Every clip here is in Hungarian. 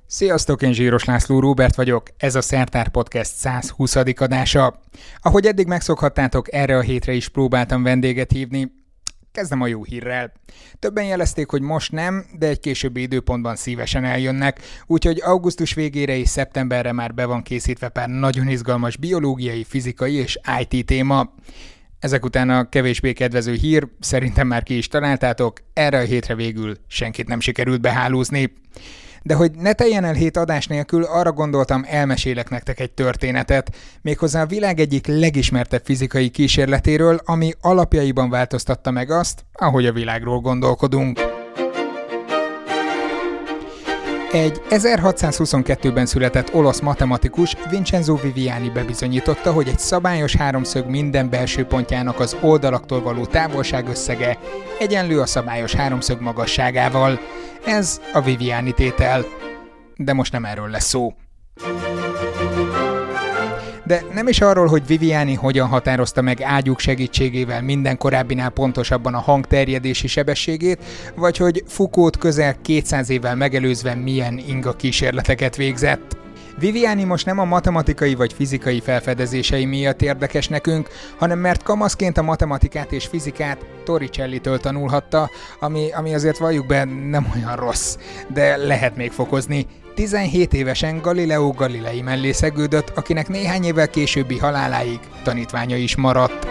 Sziasztok, én Zsíros László Róbert vagyok, ez a Szertár Podcast 120. adása. Ahogy eddig megszokhattátok, erre a hétre is próbáltam vendéget hívni. Kezdem a jó hírrel. Többen jelezték, hogy most nem, de egy későbbi időpontban szívesen eljönnek, úgyhogy augusztus végére és szeptemberre már be van készítve pár nagyon izgalmas biológiai, fizikai és IT téma. Ezek után a kevésbé kedvező hír, szerintem már ki is találtátok, erre a hétre végül senkit nem sikerült behálózni. De hogy ne teljen el 7 adás nélkül, arra gondoltam, elmesélek nektek egy történetet, méghozzá a világ egyik legismertebb fizikai kísérletéről, ami alapjaiban változtatta meg azt, ahogy a világról gondolkodunk. Egy 1622-ben született olasz matematikus, Vincenzo Viviani bebizonyította, hogy egy szabályos háromszög minden belső pontjának az oldalaktól való távolság összege egyenlő a szabályos háromszög magasságával. Ez a Viviani tétel. De most nem erről lesz szó. De nem is arról, hogy Viviani hogyan határozta meg ágyúk segítségével minden korábbinál pontosabban a hang terjedési sebességét, vagy hogy Foucault közel 200 évvel megelőzve milyen inga kísérleteket végzett. Viviani most nem a matematikai vagy fizikai felfedezései miatt érdekes nekünk, hanem mert kamaszként a matematikát és fizikát Torricelli-től tanulhatta, ami azért valljuk be nem olyan rossz, de lehet még fokozni. 17 évesen Galileo Galilei mellé szegődött, akinek néhány évvel későbbi haláláig tanítványa is maradt.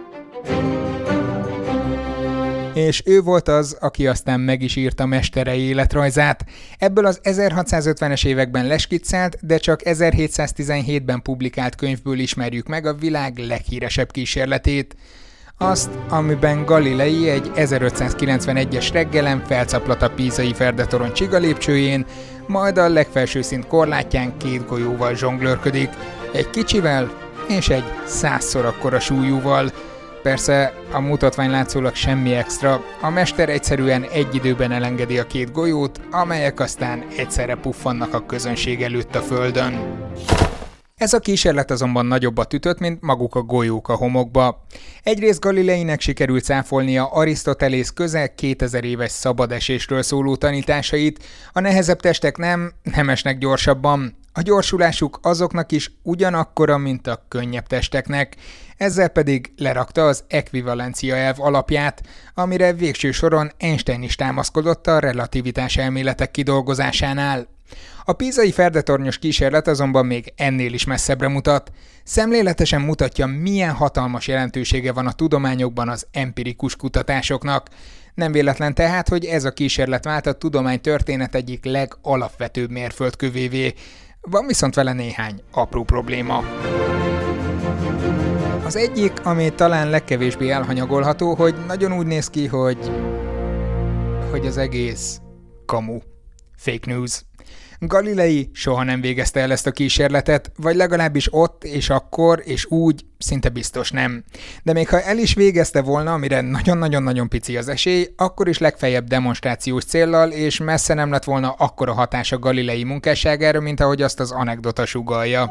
És ő volt az, aki aztán meg is írta mestere életrajzát. Ebből az 1650-es években leskicált, de csak 1717-ben publikált könyvből ismerjük meg a világ leghíresebb kísérletét. Azt, amiben Galilei egy 1591-es reggelen felcaplat a pízai Ferdetorony csigalépcsőjén, majd a legfelső szint korlátján 2 golyóval zsonglőrködik, egy kicsivel és egy 100-szor akkora súlyúval. Persze a mutatvány látszólag semmi extra, a mester egyszerűen egy időben elengedi a 2 golyót, amelyek aztán egyszerre puffannak a közönség előtt a földön. Ez a kísérlet azonban nagyobbat ütött, mint maguk a golyók a homokba. Egyrészt Galileinek sikerült cáfolnia Arisztotelész közel 2000 éves szabadesésről szóló tanításait, a nehezebb testek nem esnek gyorsabban. A gyorsulásuk azoknak is ugyanakkora, mint a könnyebb testeknek, ezzel pedig lerakta az ekvivalencia elv alapját, amire végső soron Einstein is támaszkodott a relativitás elméletek kidolgozásánál. A pízai Ferdetornyos kísérlet azonban még ennél is messzebbre mutat. Szemléletesen mutatja, milyen hatalmas jelentősége van a tudományokban az empirikus kutatásoknak. Nem véletlen tehát, hogy ez a kísérlet vált a tudománytörténet egyik legalapvetőbb mérföldkövévé. Van viszont vele néhány apró probléma. Az egyik, ami talán legkevésbé elhanyagolható, hogy nagyon úgy néz ki, hogy az egész kamu. Fake news. Galilei soha nem végezte el ezt a kísérletet, vagy legalábbis ott és akkor és úgy szinte biztos nem. De még ha el is végezte volna, amire nagyon-nagyon-nagyon pici az esély, akkor is legfeljebb demonstrációs céllal, és messze nem lett volna akkora hatása Galilei munkásságára, mint ahogy azt az anekdota sugallja.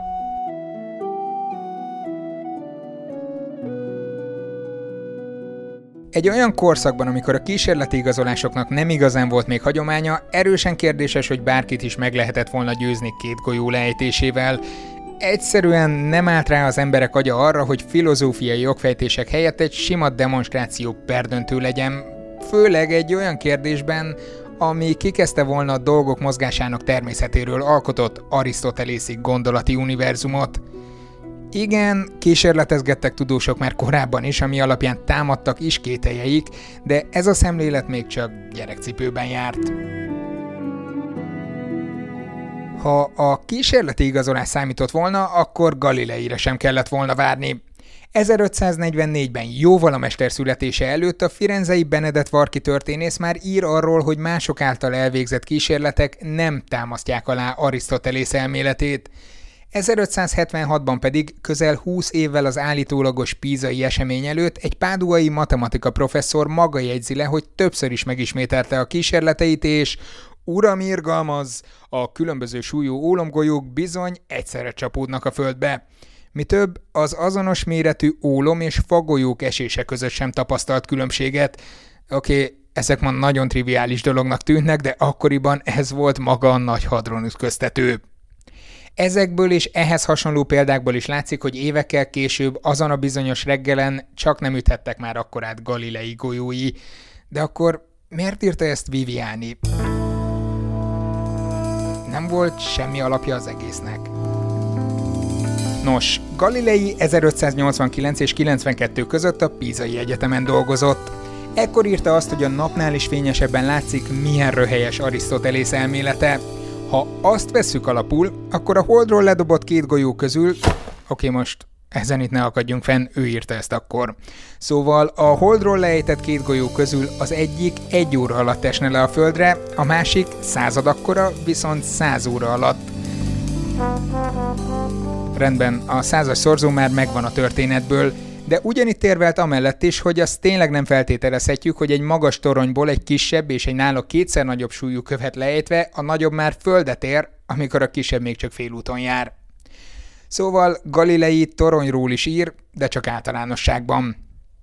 Egy olyan korszakban, amikor a kísérleti igazolásoknak nem igazán volt még hagyománya, erősen kérdéses, hogy bárkit is meg lehetett volna győzni 2 golyó leejtésével. Egyszerűen nem állt rá az emberek agya arra, hogy filozófiai jogfejtések helyett egy sima demonstráció perdöntő legyen, főleg egy olyan kérdésben, ami kikezdte volna a dolgok mozgásának természetéről alkotott arisztotelészi gondolati univerzumot. Igen, kísérletezgettek tudósok már korábban is, ami alapján támadtak is kételjeik, de ez a szemlélet még csak gyerekcipőben járt. Ha a kísérleti igazolás számított volna, akkor Galileire sem kellett volna várni. 1544-ben, jóval a mester születése előtt a firenzei Benedett Varki történész már ír arról, hogy mások által elvégzett kísérletek nem támasztják alá Arisztotelész elméletét. 1576-ban pedig, közel 20 évvel az állítólagos pízai esemény előtt egy páduai matematika professzor maga jegyzi le, hogy többször is megismételte a kísérleteit, és uram irgalmaz, a különböző súlyú ólomgolyók bizony egyszerre csapódnak a földbe. Mi több, az azonos méretű ólom és fagolyók esése között sem tapasztalt különbséget. Oké, ezek ma nagyon triviális dolognak tűnnek, de akkoriban ez volt maga a nagy hadronütköztető. Ezekből és ehhez hasonló példákból is látszik, hogy évekkel később azon a bizonyos reggelen csak nem üthettek már akkorát Galilei golyói. De akkor miért írta ezt Viviani? Nem volt semmi alapja az egésznek. Nos, Galilei 1589 és 92 között a Pízai Egyetemen dolgozott. Ekkor írta azt, hogy a napnál is fényesebben látszik, milyen röhelyes Arisztotelész elmélete. Ha azt vesszük alapul, akkor a Holdról ledobott 2 golyó közül... most ezen itt ne akadjunk fenn, ő írta ezt akkor. Szóval a Holdról leejtett 2 golyó közül az egyik 1 óra alatt esne le a Földre, a másik 100 akkora, viszont 100 óra alatt. Rendben, a 100-as szorzó már megvan a történetből, de ugyanitt érvelt amellett is, hogy azt tényleg nem feltételezhetjük, hogy egy magas toronyból egy kisebb és egy nála 2-szer nagyobb súlyú követ leejtve a nagyobb már földet ér, amikor a kisebb még csak félúton jár. Szóval Galilei toronyról is ír, de csak általánosságban.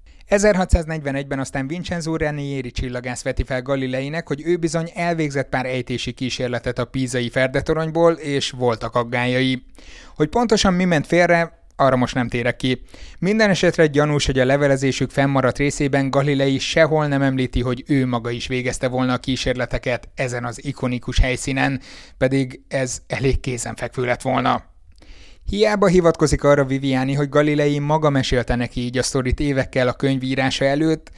1641-ben aztán Vincenzo Ranieri csillagász veti fel Galileinek, hogy ő bizony elvégzett pár ejtési kísérletet a pízai ferdetoronyból, és voltak aggályai. Hogy pontosan mi ment félre, arra most nem térek ki. Minden esetre gyanús, hogy a levelezésük fennmaradt részében Galilei sehol nem említi, hogy ő maga is végezte volna a kísérleteket ezen az ikonikus helyszínen, pedig ez elég kézenfekvő lett volna. Hiába hivatkozik arra Viviani, hogy Galilei maga mesélte neki így a sztorit évekkel a könyvírása előtt,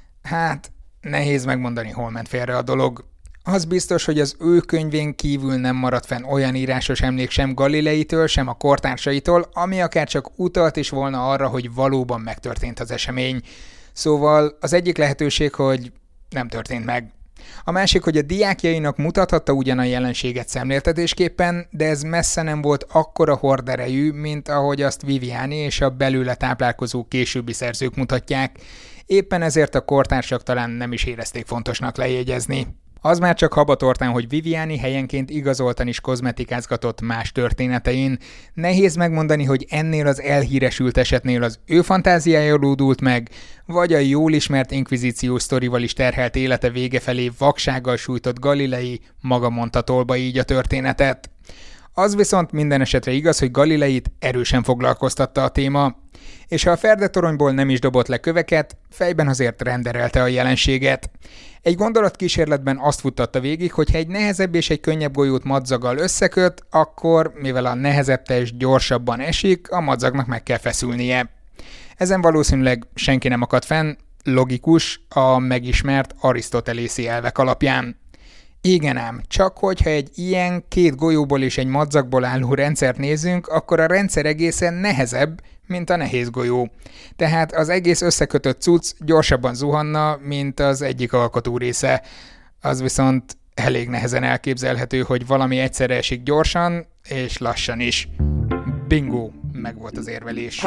hát nehéz megmondani, hol ment félre a dolog. Az biztos, hogy az ő könyvén kívül nem maradt fenn olyan írásos emlék sem Galileitől, sem a kortársaitól, ami akár csak utalt is volna arra, hogy valóban megtörtént az esemény. Szóval az egyik lehetőség, hogy nem történt meg. A másik, hogy a diákjainak mutathatta ugyan a jelenséget szemléltetésképpen, de ez messze nem volt akkora horderejű, mint ahogy azt Viviani és a belőle táplálkozó későbbi szerzők mutatják. Éppen ezért a kortársak talán nem is érezték fontosnak lejegyezni. Az már csak habatortán, hogy Viviani helyenként igazoltan is kozmetikázgatott más történetein. Nehéz megmondani, hogy ennél az elhíresült esetnél az ő fantáziája lódult meg, vagy a jól ismert inkvizíciós sztorival is terhelt élete vége felé vaksággal sújtott Galilei maga mondta tolba így a történetet. Az viszont minden esetre igaz, hogy Galileit erősen foglalkoztatta a téma, és ha a ferdetoronyból nem is dobott le köveket, fejben azért renderelte a jelenséget. Egy gondolatkísérletben azt futtatta végig, hogy ha egy nehezebb és egy könnyebb golyót madzaggal összeköt, akkor, mivel a nehezebb test gyorsabban esik, a madzagnak meg kell feszülnie. Ezen valószínűleg senki nem akad fenn, logikus, a megismert arisztotelészi elvek alapján. Igen ám, csak hogyha egy ilyen 2 golyóból és egy madzagból álló rendszert nézzünk, akkor a rendszer egészen nehezebb, mint a nehéz golyó. Tehát az egész összekötött cucc gyorsabban zuhanna, mint az egyik alkotó része. Az viszont elég nehezen elképzelhető, hogy valami egyszerre esik gyorsan és lassan is. Bingo, megvolt az érvelés.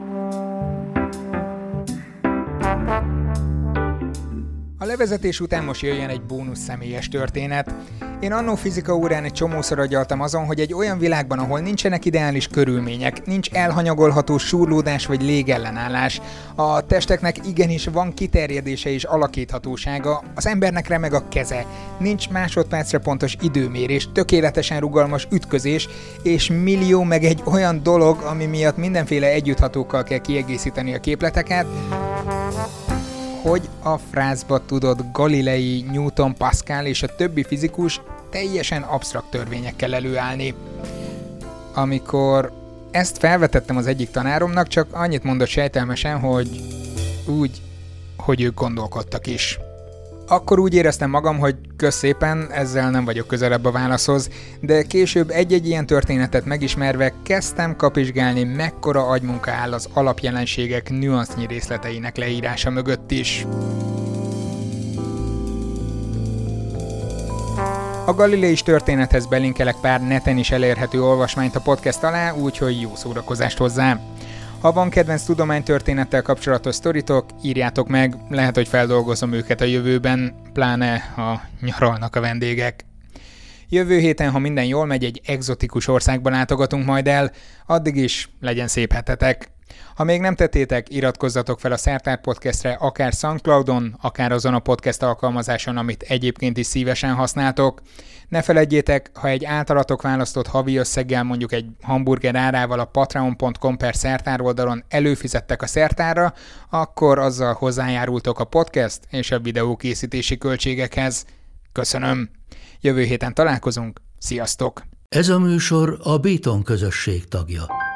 A levezetés után most jöjjön egy bónusz személyes történet. Én annó fizika órán egy csomószor agyaltam azon, hogy egy olyan világban, ahol nincsenek ideális körülmények, nincs elhanyagolható súrlódás vagy légellenállás, a testeknek igenis van kiterjedése és alakíthatósága, az embernek remeg a keze, nincs másodpercre pontos időmérés, tökéletesen rugalmas ütközés, és millió meg egy olyan dolog, ami miatt mindenféle együtthatókkal kell kiegészíteni a képleteket, hogy a frázba tudott Galilei, Newton, Pascal és a többi fizikus teljesen absztrakt törvényekkel előállni. Amikor ezt felvetettem az egyik tanáromnak, csak annyit mondott sejtelmesen, hogy úgy, hogy ők gondolkodtak is. Akkor úgy éreztem magam, hogy kösz szépen, ezzel nem vagyok közelebb a válaszhoz, de később egy-egy ilyen történetet megismerve kezdtem kapizsgálni, mekkora agymunka áll az alapjelenségek nüansznyi részleteinek leírása mögött is. A Galileis történethez belinkelek pár neten is elérhető olvasmányt a podcast alá, úgyhogy jó szórakozást hozzá. Ha van kedvenc tudománytörténettel kapcsolatos sztoritok, írjátok meg, lehet, hogy feldolgozom őket a jövőben, pláne ha nyaralnak a vendégek. Jövő héten, ha minden jól megy, egy egzotikus országban látogatunk majd el, addig is legyen szép hetetek. Ha még nem tettétek, iratkozzatok fel a Szertár Podcastre, akár SoundCloudon, akár azon a podcast alkalmazáson, amit egyébként is szívesen használtok. Ne feledjétek, ha egy általatok választott havi összeggel, mondjuk egy hamburger árával a patreon.com/szertár oldalon előfizettek a Szertárra, akkor azzal hozzájárultok a podcast és a videó készítési költségekhez. Köszönöm! Jövő héten találkozunk, sziasztok! Ez a műsor a Béton közösség tagja.